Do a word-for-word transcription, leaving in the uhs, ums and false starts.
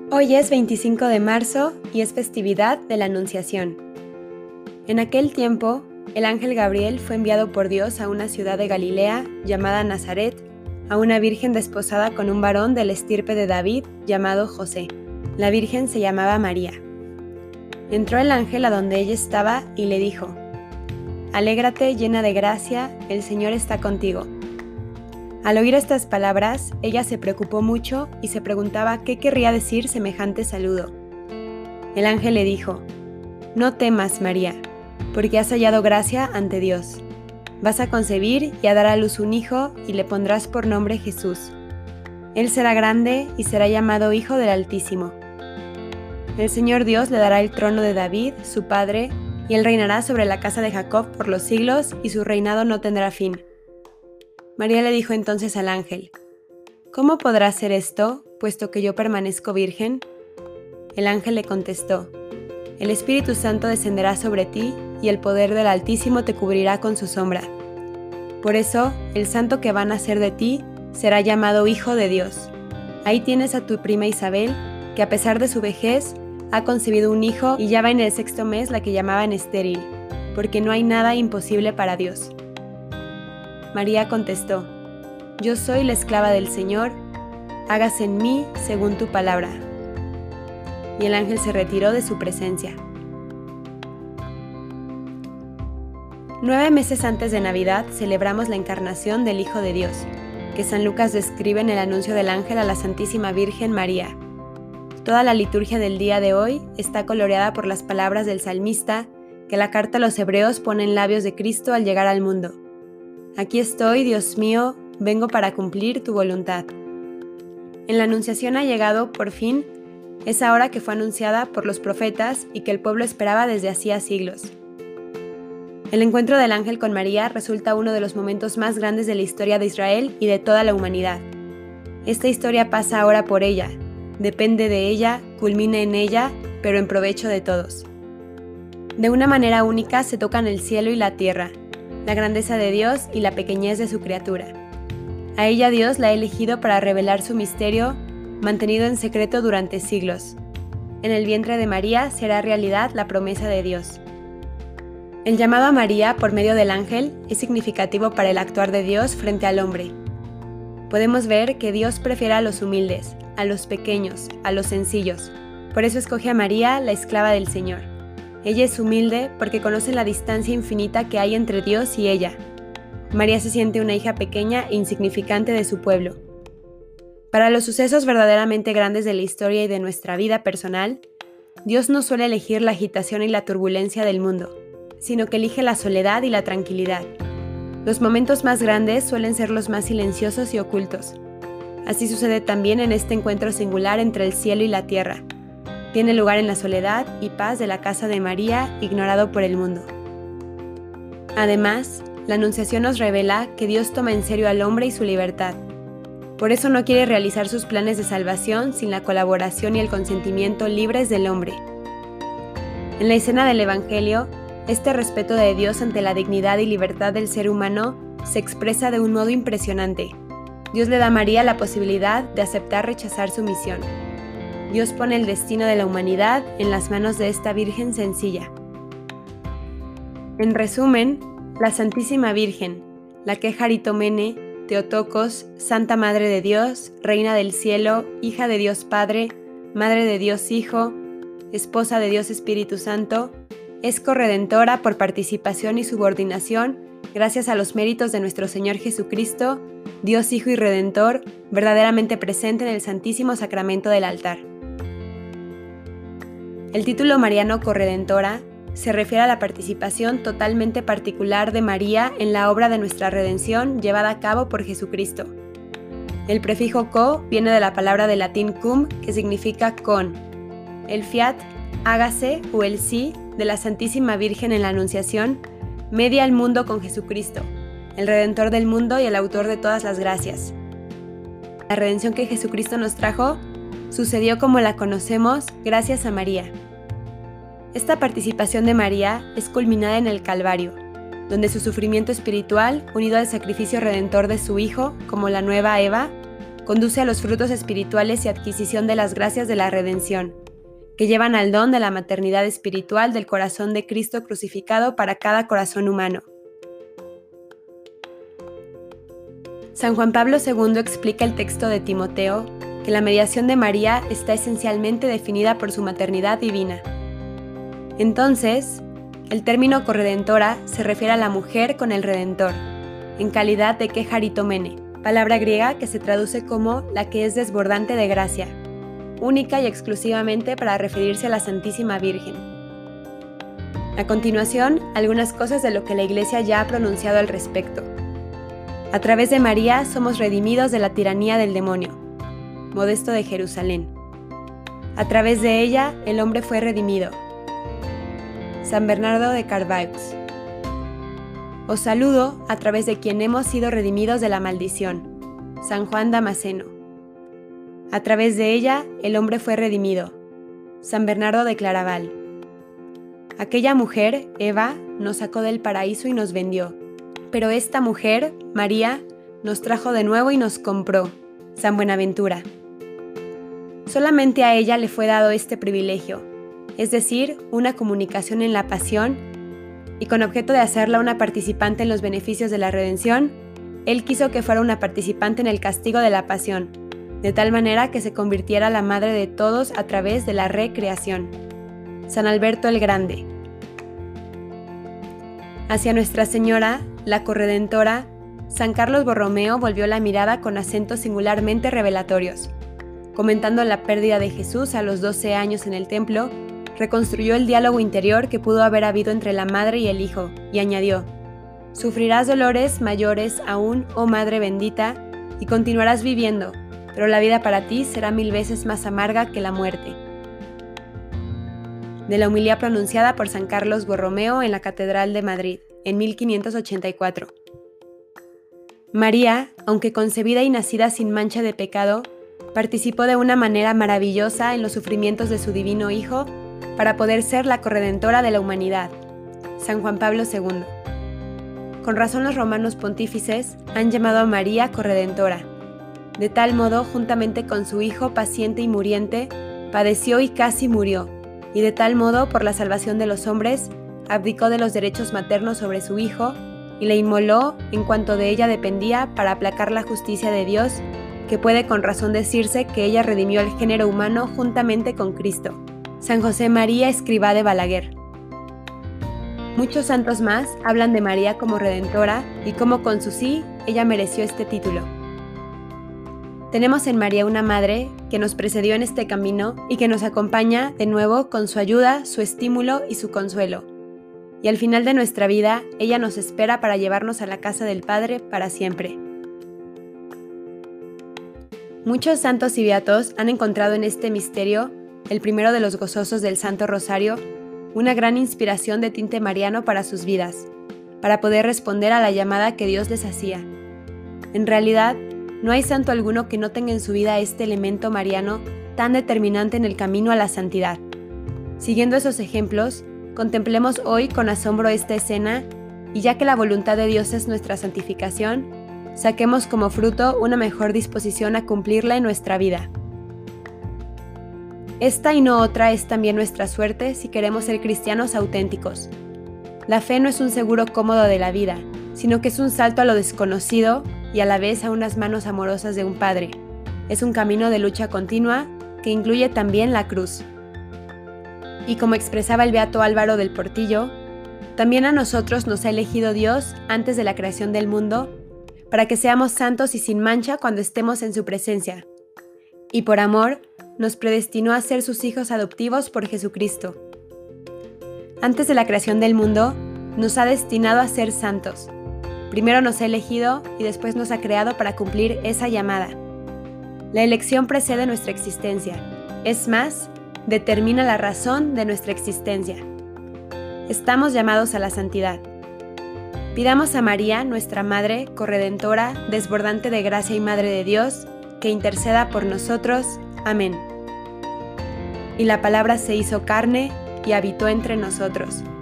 Hoy es veinticinco de marzo y es festividad de la Anunciación. En aquel tiempo, el ángel Gabriel fue enviado por Dios a una ciudad de Galilea llamada Nazaret, a una virgen desposada con un varón de la estirpe de David llamado José. La virgen se llamaba María. Entró el ángel a donde ella estaba y le dijo: «Alégrate, llena de gracia, el Señor está contigo». Al oír estas palabras, ella se preocupó mucho y se preguntaba qué querría decir semejante saludo. El ángel le dijo: «No temas, María, porque has hallado gracia ante Dios. Vas a concebir y a dar a luz un hijo y le pondrás por nombre Jesús. Él será grande y será llamado Hijo del Altísimo. El Señor Dios le dará el trono de David, su padre, y él reinará sobre la casa de Jacob por los siglos y su reinado no tendrá fin». María le dijo entonces al ángel: «¿Cómo podrá ser esto, puesto que yo permanezco virgen?» El ángel le contestó: «El Espíritu Santo descenderá sobre ti y el poder del Altísimo te cubrirá con su sombra. Por eso, el santo que va a nacer de ti será llamado Hijo de Dios. Ahí tienes a tu prima Isabel, que a pesar de su vejez, ha concebido un hijo y ya va en el sexto mes la que llamaban estéril, porque no hay nada imposible para Dios». María contestó: «Yo soy la esclava del Señor, hágase en mí según tu palabra». Y el ángel se retiró de su presencia. Nueve meses antes de Navidad celebramos la encarnación del Hijo de Dios, que San Lucas describe en el anuncio del ángel a la Santísima Virgen María. Toda la liturgia del día de hoy está coloreada por las palabras del salmista que la carta a los hebreos pone en labios de Cristo al llegar al mundo: «Aquí estoy, Dios mío, vengo para cumplir tu voluntad». En la Anunciación ha llegado, por fin, esa hora que fue anunciada por los profetas y que el pueblo esperaba desde hacía siglos. El encuentro del ángel con María resulta uno de los momentos más grandes de la historia de Israel y de toda la humanidad. Esta historia pasa ahora por ella, depende de ella, culmina en ella, pero en provecho de todos. De una manera única se tocan el cielo y la tierra, la grandeza de Dios y la pequeñez de su criatura. A ella Dios la ha elegido para revelar su misterio, mantenido en secreto durante siglos. En el vientre de María será realidad la promesa de Dios. El llamado a María por medio del ángel es significativo para el actuar de Dios frente al hombre. Podemos ver que Dios prefiere a los humildes, a los pequeños, a los sencillos. Por eso escoge a María, la esclava del Señor. Ella es humilde porque conoce la distancia infinita que hay entre Dios y ella. María se siente una hija pequeña e insignificante de su pueblo. Para los sucesos verdaderamente grandes de la historia y de nuestra vida personal, Dios no suele elegir la agitación y la turbulencia del mundo, sino que elige la soledad y la tranquilidad. Los momentos más grandes suelen ser los más silenciosos y ocultos. Así sucede también en este encuentro singular entre el cielo y la tierra. Tiene lugar en la soledad y paz de la casa de María, ignorado por el mundo. Además, la Anunciación nos revela que Dios toma en serio al hombre y su libertad. Por eso no quiere realizar sus planes de salvación sin la colaboración y el consentimiento libres del hombre. En la escena del Evangelio, este respeto de Dios ante la dignidad y libertad del ser humano se expresa de un modo impresionante. Dios le da a María la posibilidad de aceptar rechazar su misión. Dios pone el destino de la humanidad en las manos de esta Virgen sencilla. En resumen, la Santísima Virgen, la que Jaritomene, Teotocos, Santa Madre de Dios, Reina del Cielo, Hija de Dios Padre, Madre de Dios Hijo, Esposa de Dios Espíritu Santo, es corredentora por participación y subordinación gracias a los méritos de nuestro Señor Jesucristo, Dios Hijo y Redentor, verdaderamente presente en el Santísimo Sacramento del altar. El título mariano corredentora se refiere a la participación totalmente particular de María en la obra de nuestra redención llevada a cabo por Jesucristo. El prefijo co viene de la palabra de latín cum, que significa con. El fiat, hágase, o el sí, de la Santísima Virgen en la Anunciación, media al mundo con Jesucristo, el Redentor del mundo y el autor de todas las gracias. La redención que Jesucristo nos trajo sucedió como la conocemos gracias a María. Esta participación de María es culminada en el Calvario, donde su sufrimiento espiritual, unido al sacrificio redentor de su Hijo, como la nueva Eva, conduce a los frutos espirituales y adquisición de las gracias de la redención, que llevan al don de la maternidad espiritual del corazón de Cristo crucificado para cada corazón humano. San Juan Pablo segundo explica el texto de Timoteo que la mediación de María está esencialmente definida por su maternidad divina. Entonces, el término corredentora se refiere a la mujer con el Redentor, en calidad de que charitomene, palabra griega que se traduce como la que es desbordante de gracia, única y exclusivamente para referirse a la Santísima Virgen. A continuación, algunas cosas de lo que la Iglesia ya ha pronunciado al respecto. A través de María somos redimidos de la tiranía del demonio. Modesto de Jerusalén. A través de ella, el hombre fue redimido. San Bernardo de Clairvaux. Os saludo a través de quien hemos sido redimidos de la maldición. San Juan Damasceno. A través de ella, el hombre fue redimido. San Bernardo de Claraval. Aquella mujer, Eva, nos sacó del paraíso y nos vendió. Pero esta mujer, María, nos trajo de nuevo y nos compró. San Buenaventura. Solamente a ella le fue dado este privilegio, es decir, una comunicación en la pasión, y con objeto de hacerla una participante en los beneficios de la redención, él quiso que fuera una participante en el castigo de la pasión, de tal manera que se convirtiera la madre de todos a través de la recreación. San Alberto el Grande. Hacia Nuestra Señora, la corredentora, San Carlos Borromeo volvió la mirada con acentos singularmente revelatorios. Comentando la pérdida de Jesús a los doce años en el templo, reconstruyó el diálogo interior que pudo haber habido entre la madre y el hijo, y añadió: «Sufrirás dolores mayores aún, oh Madre bendita, y continuarás viviendo, pero la vida para ti será mil veces más amarga que la muerte». De la homilía pronunciada por San Carlos Borromeo en la Catedral de Madrid, en mil quinientos ochenta y cuatro. María, aunque concebida y nacida sin mancha de pecado, participó de una manera maravillosa en los sufrimientos de su divino Hijo para poder ser la corredentora de la humanidad. San Juan Pablo segundo. Con razón los romanos pontífices han llamado a María corredentora. De tal modo, juntamente con su Hijo paciente y muriente, padeció y casi murió, y de tal modo, por la salvación de los hombres, abdicó de los derechos maternos sobre su Hijo y le inmoló en cuanto de ella dependía para aplacar la justicia de Dios, que puede con razón decirse que ella redimió al género humano juntamente con Cristo. San José María Escrivá de Balaguer. Muchos santos más hablan de María como redentora y cómo con su sí ella mereció este título. Tenemos en María una madre que nos precedió en este camino y que nos acompaña de nuevo con su ayuda, su estímulo y su consuelo. Y al final de nuestra vida, ella nos espera para llevarnos a la casa del Padre para siempre. Muchos santos y beatos han encontrado en este misterio, el primero de los gozosos del Santo Rosario, una gran inspiración de tinte mariano para sus vidas, para poder responder a la llamada que Dios les hacía. En realidad, no hay santo alguno que no tenga en su vida este elemento mariano tan determinante en el camino a la santidad. Siguiendo esos ejemplos, contemplemos hoy con asombro esta escena y ya que la voluntad de Dios es nuestra santificación, saquemos como fruto una mejor disposición a cumplirla en nuestra vida. Esta y no otra es también nuestra suerte si queremos ser cristianos auténticos. La fe no es un seguro cómodo de la vida, sino que es un salto a lo desconocido y a la vez a unas manos amorosas de un Padre. Es un camino de lucha continua que incluye también la cruz. Y como expresaba el beato Álvaro del Portillo, también a nosotros nos ha elegido Dios antes de la creación del mundo para que seamos santos y sin mancha cuando estemos en su presencia. Y por amor, nos predestinó a ser sus hijos adoptivos por Jesucristo. Antes de la creación del mundo, nos ha destinado a ser santos. Primero nos ha elegido y después nos ha creado para cumplir esa llamada. La elección precede nuestra existencia. Es más, determina la razón de nuestra existencia. Estamos llamados a la santidad. Pidamos a María, nuestra Madre, corredentora, desbordante de gracia y Madre de Dios, que interceda por nosotros. Amén. Y la palabra se hizo carne y habitó entre nosotros.